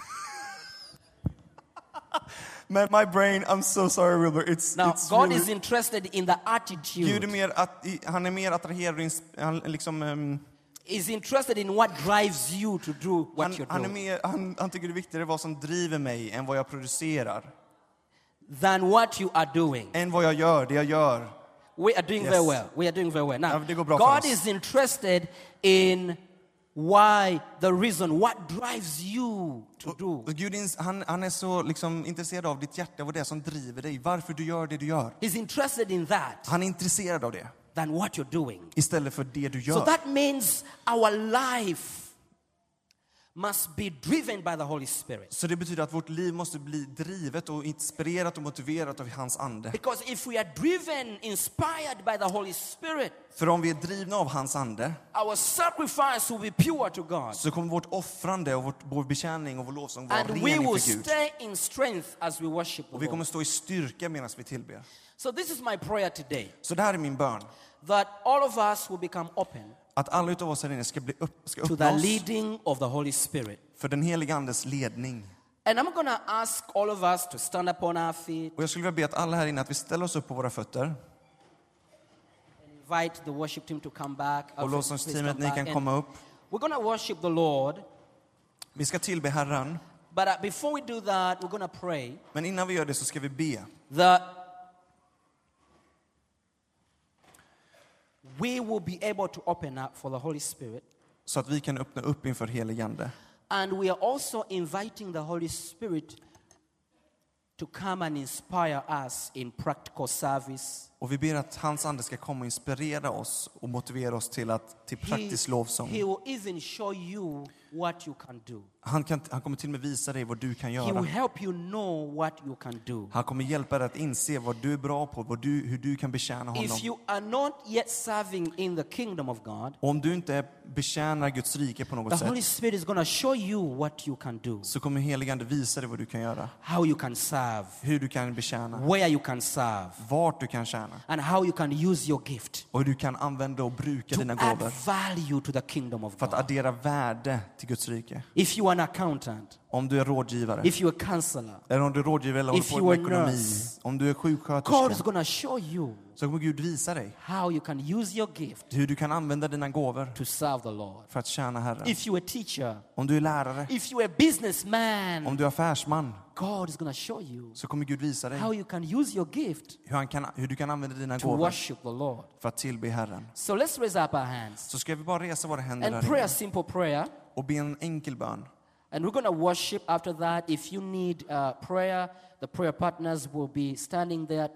Man, my brain, I'm so sorry, Wilbur. It's, Now, it's God really, is interested in the Gud attitude. är mer, att, han är mer attraherad, ins- han, liksom, um, Is interested in what drives you to do what han, you're han, är doing mer, han, han tycker det är viktigare vad som driver mig än vad jag producerar. than what you are doing. Än vad jag gör, det jag gör. We are doing Yes. very well. We are doing very well. Now, Ja, det går bra för God oss. is interested in why, the reason, what drives you to do. Och Gud, ins- han, han är så liksom, intresserad av ditt hjärta, vad det är som driver dig. Varför du gör det du gör. He's interested in that Han är intresserad av det. than what you're doing. Istället för det du So gör. that means our life must be driven by the Holy Spirit. Så det betyder att vårt liv måste bli drivet och inspirerat och motiverat av hans ande. Because if we are driven, inspired by the Holy Spirit, För om vi är drivna av hans ande our sacrifice will be pure to God. så kommer vårt offrande och vårt, vår betjäning och vår lovsång vara And ren we will inför Gud. stay in strength as we worship the Och vi kommer Lord. stå i styrka medan vi tillber. So this is my prayer today, Så det här är min bön. that all of us will become open Att alla utav oss här inne ska, bli upp, ska to öppna the oss leading of the Holy Spirit. för den heliga andes ledning. And I'm going to ask all of us to stand up on our feet, Och jag skulle vilja be att alla här inne att vi ställer oss upp på våra fötter. invite the worship team to come back. Och Alfred, please lovsångsteamet, come ni back. kan And komma upp. we're going to worship the Lord. Vi ska tillbe Herren. But uh, before we do that, we're going to pray Men innan vi gör det så ska vi be. that we will be able to open up for the Holy Spirit. Så att vi kan öppna upp inför helig ande. And we are also inviting the Holy Spirit to come and inspire us in practical service. Och vi ber att hans ande ska komma och inspirera oss och motivera oss till, att, till He, praktisk lovsång. he will even show you what you can do. Han, kan, han kommer till och med visa dig vad du kan He will göra. help you know what you can do. Han kommer hjälpa dig att inse vad du är bra på, vad du, hur du kan betjäna honom. If you are not yet serving in the kingdom of God, Och om du inte betjänar Guds rike på något the Holy sätt Spirit is going to show you what you can do, så kommer helig ande visa dig vad du kan göra. how you can serve, Hur du kan betjäna, where you can serve, vart du kan tjäna and how you can use your gift och hur du kan använda och bruka to dina add gåvor value to the kingdom of för att God. addera värde till Guds rike. If you are an accountant, Om du är rådgivare, if you are a counselor, eller om du är rådgivare eller håller if på you med are ekonomi, nurse, om du är God is sjuksköterska, going to show you så kommer Gud visa dig how you can use your gift hur du kan använda dina gåvor to serve the Lord. för att tjäna Herren. If you are a teacher, Om du är lärare, if you are a businessman, om du är affärsman, God is going to show you så kommer Gud visa dig how you can use your gift hur, han kan, hur du kan använda dina to gåvor worship the Lord. för att tillbe Herren. So let's raise up our hands Så ska vi bara resa våra händer and här pray a inne simple prayer. och be en enkel bön. And we're going to worship after that. If you need uh, prayer, the prayer partners will be standing there to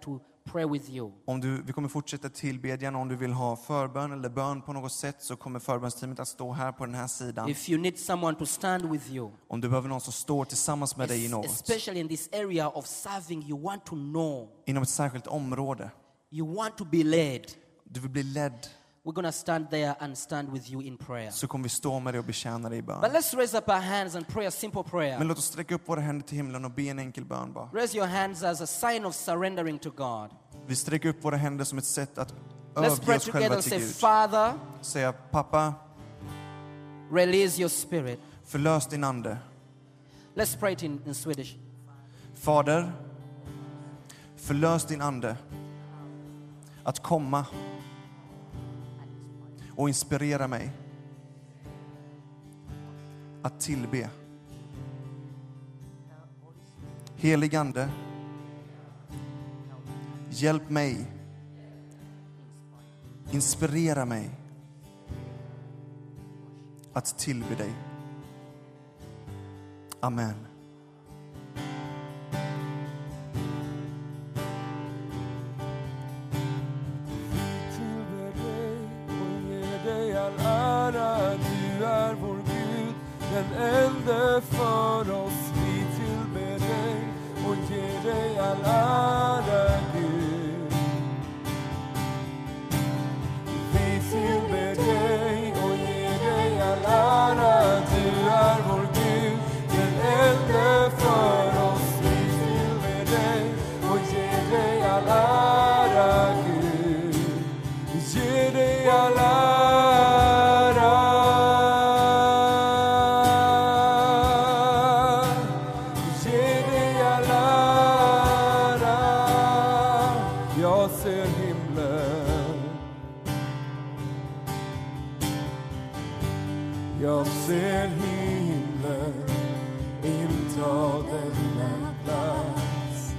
pray with you. Om du, vi kommer fortsätta tillbedjan. Om du vill ha förbön eller bön på något sätt så kommer förbönsteamet att stå här på den här sidan. If you need someone to stand with you, Om du behöver någon som står tillsammans med dig i något. especially in this area of serving, you want to know, Inom ett särskilt område. you want to be led. Du vill bli ledd. We're going to stand there and stand with you in prayer. Så kommer vi stå med dig och betjäna dig i bön. But let's raise up our hands and pray a simple prayer. Men låt oss sträcka upp våra händer till himlen och be en enkel bön bara. Raise your hands as a sign of surrendering to God. Vi sträcker upp våra händer som ett sätt att Let's överge pray oss together själva and till say, Gud. Father, Säga, pappa, release your spirit. förlös din ande. Let's pray it in, in Swedish. Fader, förlös din ande att komma och inspirera mig att tillbe. Helig ande, hjälp mig, inspirera mig att tillbe dig. Amen. Den ende för oss, vi tillber dig och ger dig all ära, Gud. Vi tillber dig och ger dig all ära, du är vår Gud. Den ende för oss, vi tillber dig och ger dig all ära, Gud. Ger dig all ära. Jag ser himlen inta denna plats.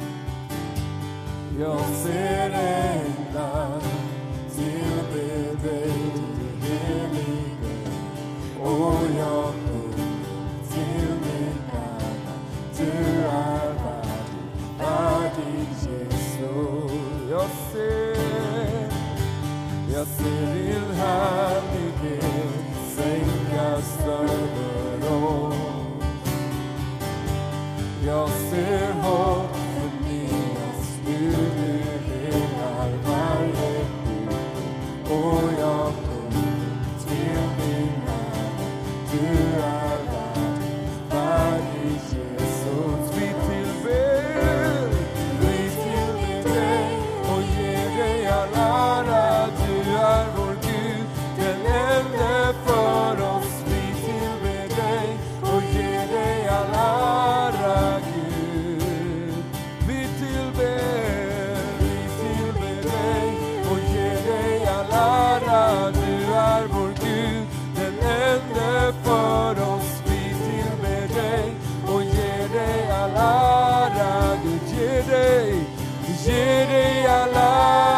Jag ser änglar tillbe dig, du helige. Och jag sjunger till min Herre, du är värdig, värdig Jesus. Jag ser, jag ser din härlighet sänkas över oss. Jag ser hopp förnyas, du helar varje bud. Och jag sjunger till min Herre, du är värdig, värdig Jesus. Vi tillber, vi tillber dig och ger dig all ära, du är vår Gud, den ende för oss. Vi tillber dig och ger dig all ära, Gud. Vi tillber, vi tillber dig och ger dig all ära, du är vår Gud, den ende för oss. Vi tillber dig och ger dig all ära, Gud. Ger dig, ger dig all ära.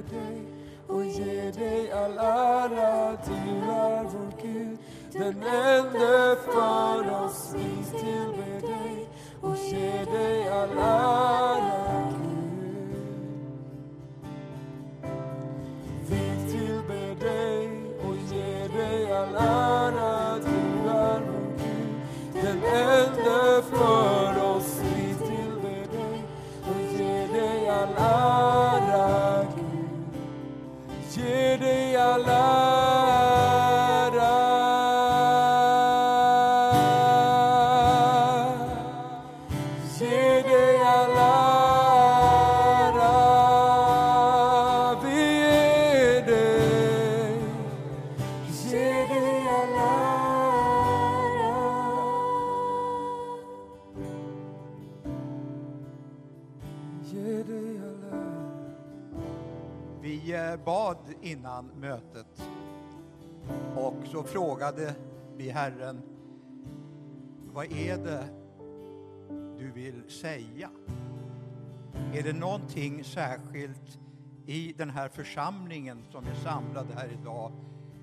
dig och ge dig all ära. Du är vår Gud, den enda för oss. Vi tillber dig och ge dig all ära, Gud. Vi tillber dig och ge dig all ära. Du är vår Gud, den enda för oss. Vi tillber dig och ge dig all ära, Gud. Ge dig all ära. Ge dig all ära. Vi ger dig. Ge dig all ära. Ge dig all ära. Vi eh, bad innan mötet och så frågade vi Herren, vad är det du vill säga? Är det någonting särskilt i den här församlingen som är samlad här idag?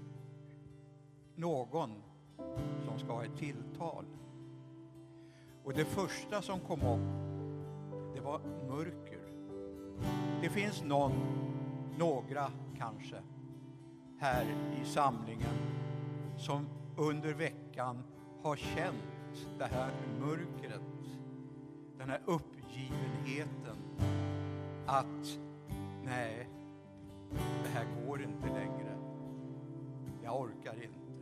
Någon som ska ha ett tilltal? Och det första som kom upp, det var mörker. Det finns någon, några kanske, här i samlingen som under veckan har känt det här mörkret, den här uppgivenheten att nej, det här går inte längre. Jag orkar inte.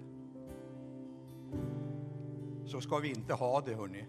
Så ska vi inte ha det, hörni.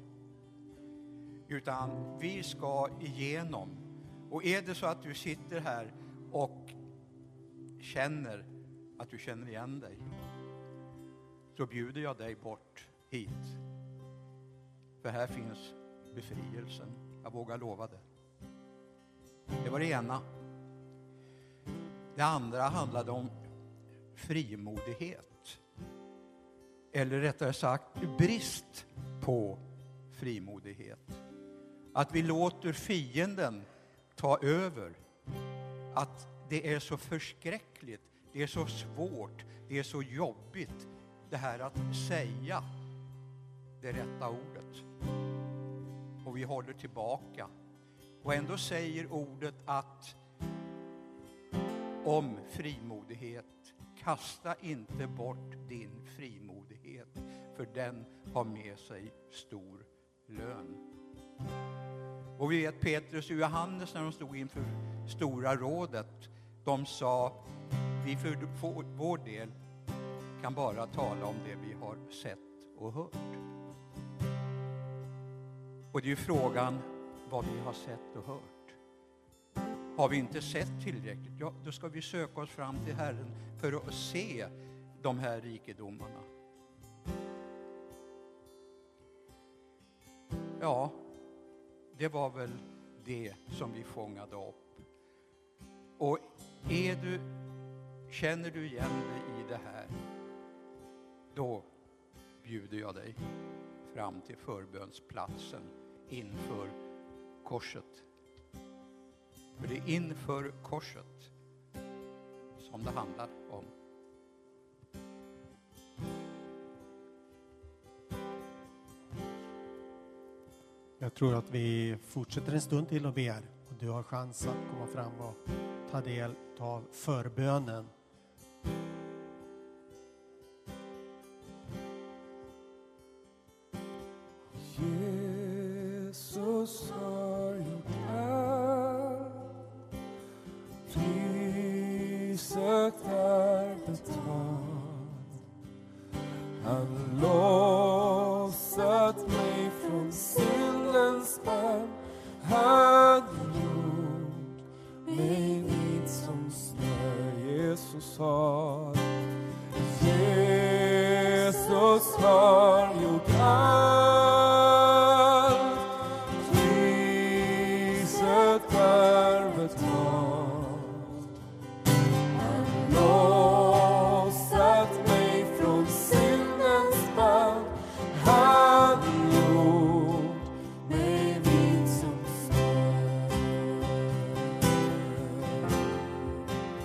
Utan vi ska igenom. Och är det så att du sitter här och känner att du känner igen dig, så bjuder jag dig bort hit. För här finns befrielsen. Jag vågar lova det. Det var det ena. Det andra handlade om frimodighet. Eller rättare sagt, brist på frimodighet. Att vi låter fienden ta över. Att det är så förskräckligt. Det är så svårt. Det är så jobbigt. Det här att säga det rätta ordet. Och vi håller tillbaka. Och ändå säger ordet att om frimodighet, kasta inte bort din frimodighet, för den har med sig stor lön. Och vi vet Petrus och Johannes när de stod inför stora rådet, de sa, vi för vår del kan bara tala om det vi har sett och hört. Och det är ju frågan vad vi har sett och hört. Har vi inte sett tillräckligt, ja, då ska vi söka oss fram till Herren för att se de här rikedomarna. Ja, det var väl det som vi fångade upp. Och är du, känner du igen dig i det här, då bjuder jag dig fram till förbönsplatsen inför korset. För det är inför korset som det handlar om. Jag tror att vi fortsätter en stund till och ber. Och du har chans att komma fram och ta del av förbönen. Jesus har gjort allt. Priset är betalt. Han lossat mig från syndens band. Han gjort mig vit som snö. Jesus har Jesus har gjort allt. Priset är betalt. Han lossat mig från syndens band. Han gjort mig vit som snö.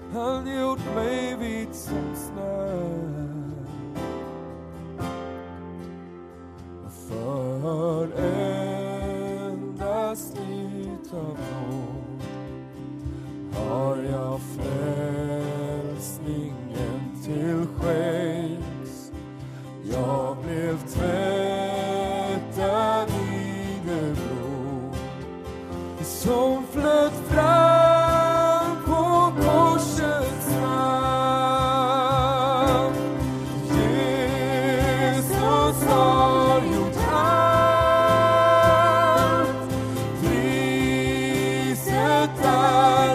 han gjort mig vit som snö. Och för endast utav nåd har jag frälsningen till skänks. Jag blev tvättad i det blod som flöt fram på korsets namn. Jesus har gjort allt, priset är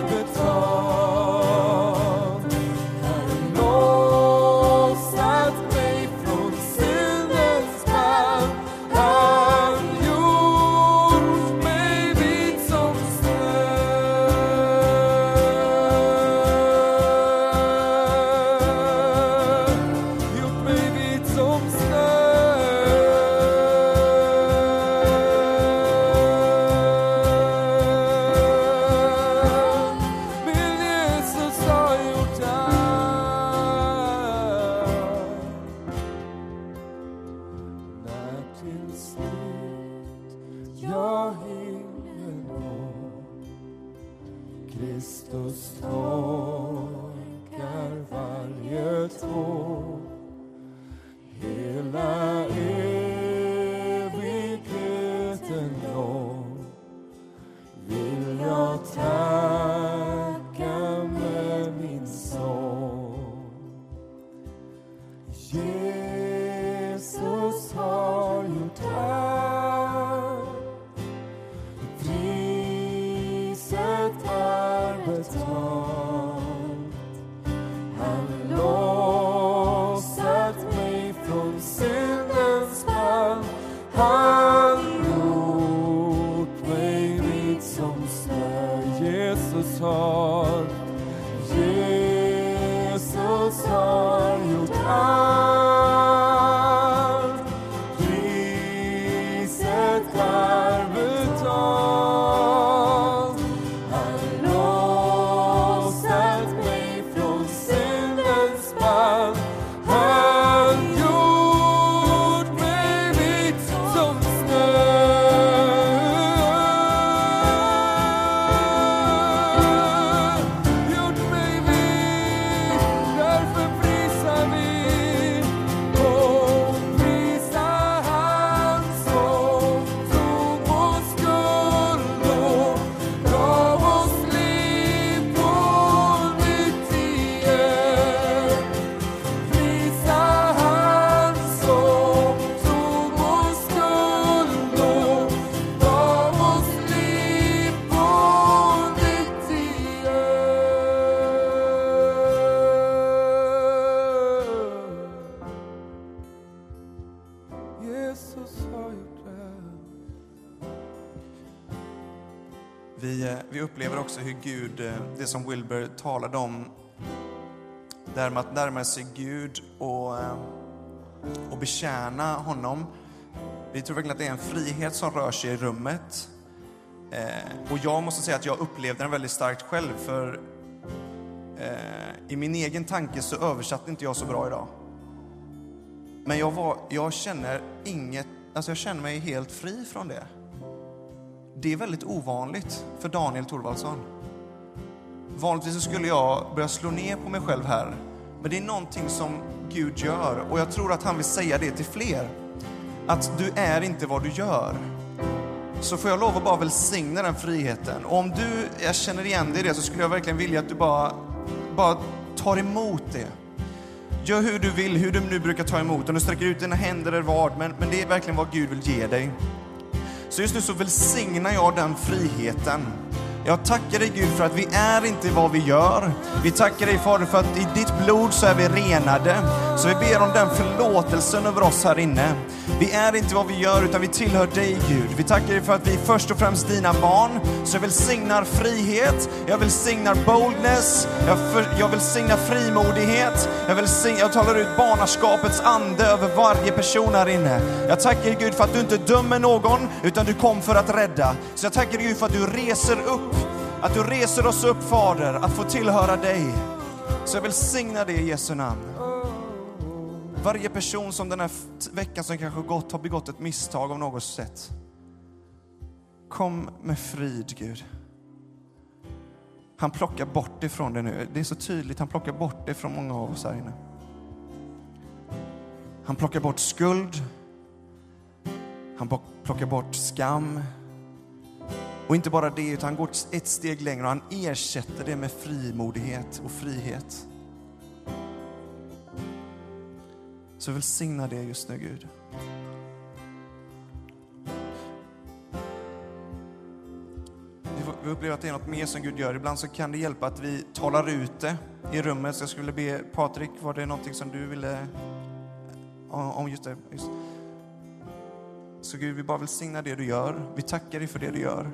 betalt. Han lossat mig från syndens band, han gjort mig vit som snö. Gjort mig vit som snö. Min Jesus har gjort allt. När till slut jag himlen når, Kristus torkar varje tår. Hela evigheten lång vill jag tacka med min sång. Jesus har gjort allt, priset är betalt. Han lossat mig från syndens band, han gjort mig vit som snö. Jesus har, Jesus har gjort allt, priset är betalt. Han lossat mig från syndens band, han gjort mig vit som snö. Gjort mig vit, därför prisar vi och prisar han som tog vår skuld och gav oss liv på nytt igen. Prisar han som tog vår skuld och gav oss liv på nytt igen. Jesus har gjort det. Vi, eh, vi upplever också hur Gud, eh, det som Wilbur talade om, där med att närma sig Gud och, eh, och betjäna honom. Vi tror verkligen att det är en frihet som rör sig i rummet. Eh, och jag måste säga att jag upplevde den väldigt starkt själv, för eh, i min egen tanke så översatte inte jag så bra idag. Men jag, var, jag känner inget, alltså jag känner mig helt fri från det. Det är väldigt ovanligt för Daniel Thorvaldsson. Vanligtvis så skulle jag börja slå ner på mig själv här. Men det är någonting som Gud gör. Och jag tror att han vill säga det till fler. Att du är inte vad du gör. Så får jag lov att bara välsigna den friheten. Och om du, jag känner igen dig i det, så skulle jag verkligen vilja att du bara, bara tar emot det. Gör hur du vill, hur du nu brukar ta emot. Om du sträcker ut dina händer eller vad. Men, men det är verkligen vad Gud vill ge dig. Så just nu så välsignar jag den friheten. Jag tackar dig Gud för att vi är inte vad vi gör. Vi tackar dig Fader för att i ditt blod så är vi renade. Så vi ber om den förlåtelsen över oss här inne. Vi är inte vad vi gör utan vi tillhör dig Gud. Vi tackar dig för att vi är först och främst dina barn. Så jag välsignar frihet. Jag välsignar boldness. Jag, för, jag välsignar frimodighet. Jag, välsignar, jag talar ut barnaskapets ande över varje person här inne. Jag tackar dig Gud för att du inte dömer någon utan du kom för att rädda. Så jag tackar dig Gud för att du reser upp. Att du reser oss upp, Fader, att få tillhöra dig. Så jag vill signa det i Jesu namn. Varje person som den här veckan som kanske gått har begått ett misstag av något sätt. Kom med frid, Gud. Han plockar bort det från det nu. Det är så tydligt, han plockar bort det från många av oss här inne. Han plockar bort skuld. Han plockar bort skam. Och inte bara det, utan han går ett steg längre och han ersätter det med frimodighet och frihet. Så jag vill signa det just nu, Gud. Vi upplever att det är något mer som Gud gör. Ibland så kan det hjälpa att vi talar ut det i rummet. Så jag skulle be Patrik, var det någonting som du ville om just det? Just. Så Gud, vi bara vill signa det du gör. Vi tackar dig för det du gör.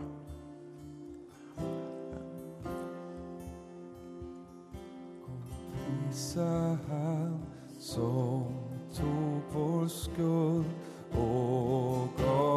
Prisa han som tog vår skuld och gav